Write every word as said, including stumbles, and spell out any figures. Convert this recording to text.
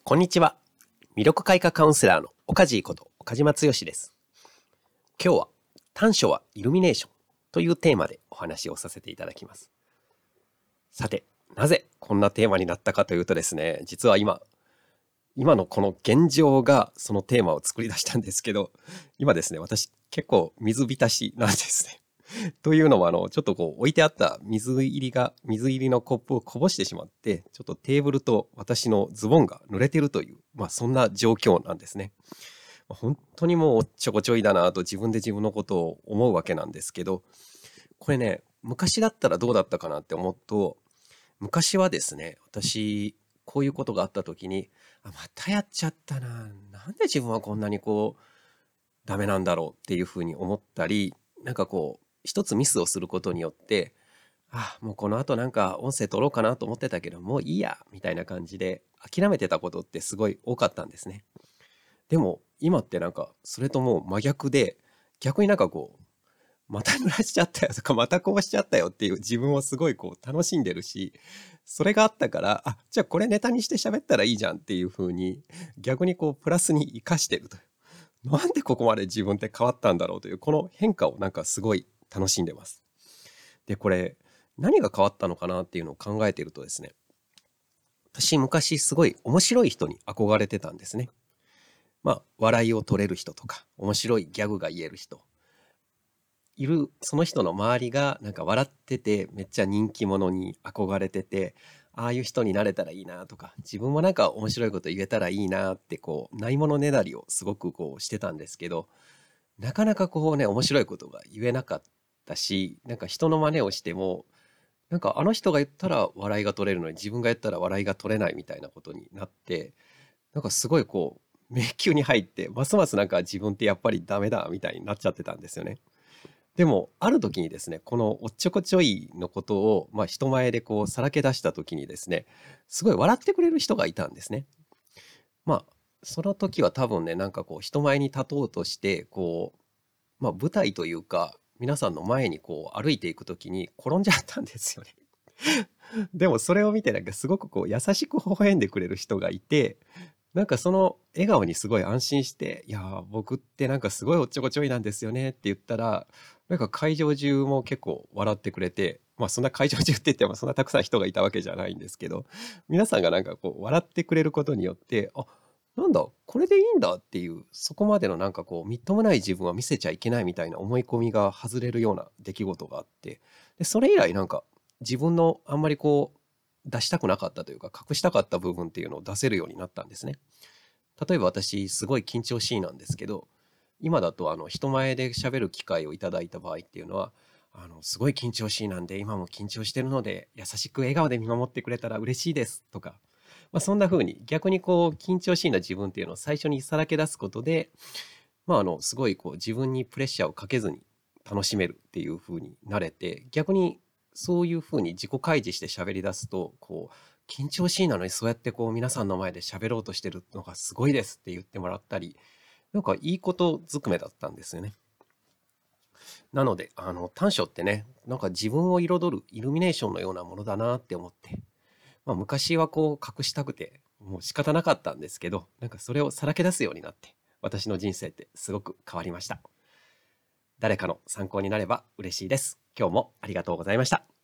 こんにちは。魅力開花カウンセラーの岡地こと岡島剛です。今日は短所はイルミネーションというテーマでお話をさせていただきます。さて、なぜこんなテーマになったかというとですね、実は今、今のこの現状がそのテーマを作り出したんですけど、今ですね、私結構水浸しなんですね。というのもあのちょっとこう置いてあった水入りが水入りのコップをこぼしてしまって、ちょっとテーブルと私のズボンが濡れてるという、まあそんな状況なんですね。本当にもうおっちょこちょいだなと自分で自分のことを思うわけなんですけど、これね、昔だったらどうだったかなって思うと、昔はですね、私こういうことがあった時に、あ、またやっちゃったな、なんで自分はこんなにこうダメなんだろうっていうふうに思ったり、なんかこう一つミスをすることによって、あ、もうこの後なんか音声取ろうかなと思ってたけどもういいやみたいな感じで諦めてたことってすごい多かったんですね。でも今ってなんかそれともう真逆で、逆になんかこうまた濡らしちゃったよとかまたこうしちゃったよっていう自分をすごいこう楽しんでるし、それがあったから、あ、じゃあこれネタにして喋ったらいいじゃんっていう風に逆にこうプラスに生かしてるという、なんでここまで自分って変わったんだろうというこの変化をなんかすごい楽しんでます。でこれ何が変わったのかなっていうのを考えているとですね、私昔すごい面白い人に憧れてたんですね。まあ笑いを取れる人とか面白いギャグが言える人いる、その人の周りがなんか笑っててめっちゃ人気者に憧れてて、ああいう人になれたらいいなとか、自分もなんか面白いこと言えたらいいなってこうないものねだりをすごくこうしてたんですけど、なかなかこうね面白いことが言えなかったし、なんか人の真似をしてもなんかあの人が言ったら笑いが取れるのに自分が言ったら笑いが取れないみたいなことになって、なんかすごいこう迷宮に入ってますますなんか自分ってやっぱりダメだみたいになっちゃってたんですよね。でもある時にですね、このおっちょこちょいのことを、まあ、人前でこうさらけ出した時にですね、すごい笑ってくれる人がいたんですね。まあその時は多分ね、なんかこう人前に立とうとしてこう、まあ、舞台というか皆さんの前にこう歩いていく時に転んじゃったんですよね。でもそれを見てなんかすごくこう優しく微笑んでくれる人がいて、なんかその笑顔にすごい安心して、いやー僕ってなんかすごいおっちょこちょいなんですよねって言ったら、なんか会場中も結構笑ってくれて、まあそんな会場中って言ってもそんなたくさん人がいたわけじゃないんですけど、皆さんがなんかこう笑ってくれることによって、あ、なんだこれでいいんだっていう、そこまでのなんかこうみっともない自分は見せちゃいけないみたいな思い込みが外れるような出来事があって、でそれ以来なんか自分のあんまりこう出したくなかったというか隠したかった部分っていうのを出せるようになったんですね。例えば私すごい緊張しいなんですけど、今だとあの人前で喋る機会をいただいた場合っていうのは、あのすごい緊張しいなんで今も緊張してるので優しく笑顔で見守ってくれたら嬉しいですとか、まあ、そんな風に逆にこう緊張しいな自分っていうのを最初にさらけ出すことで、まあ、あのすごいこう自分にプレッシャーをかけずに楽しめるっていう風になれて、逆にそういう風に自己開示して喋り出すと、こう緊張しいなのにそうやってこう皆さんの前で喋ろうとしてるのがすごいですって言ってもらったり、なんかいいことずくめだったんですよね。なのであの短所ってね、なんか自分を彩るイルミネーションのようなものだなって思って、まあ、昔はこう隠したくてもう仕方なかったんですけど、なんかそれをさらけ出すようになって私の人生ってすごく変わりました。誰かの参考になれば嬉しいです。今日もありがとうございました。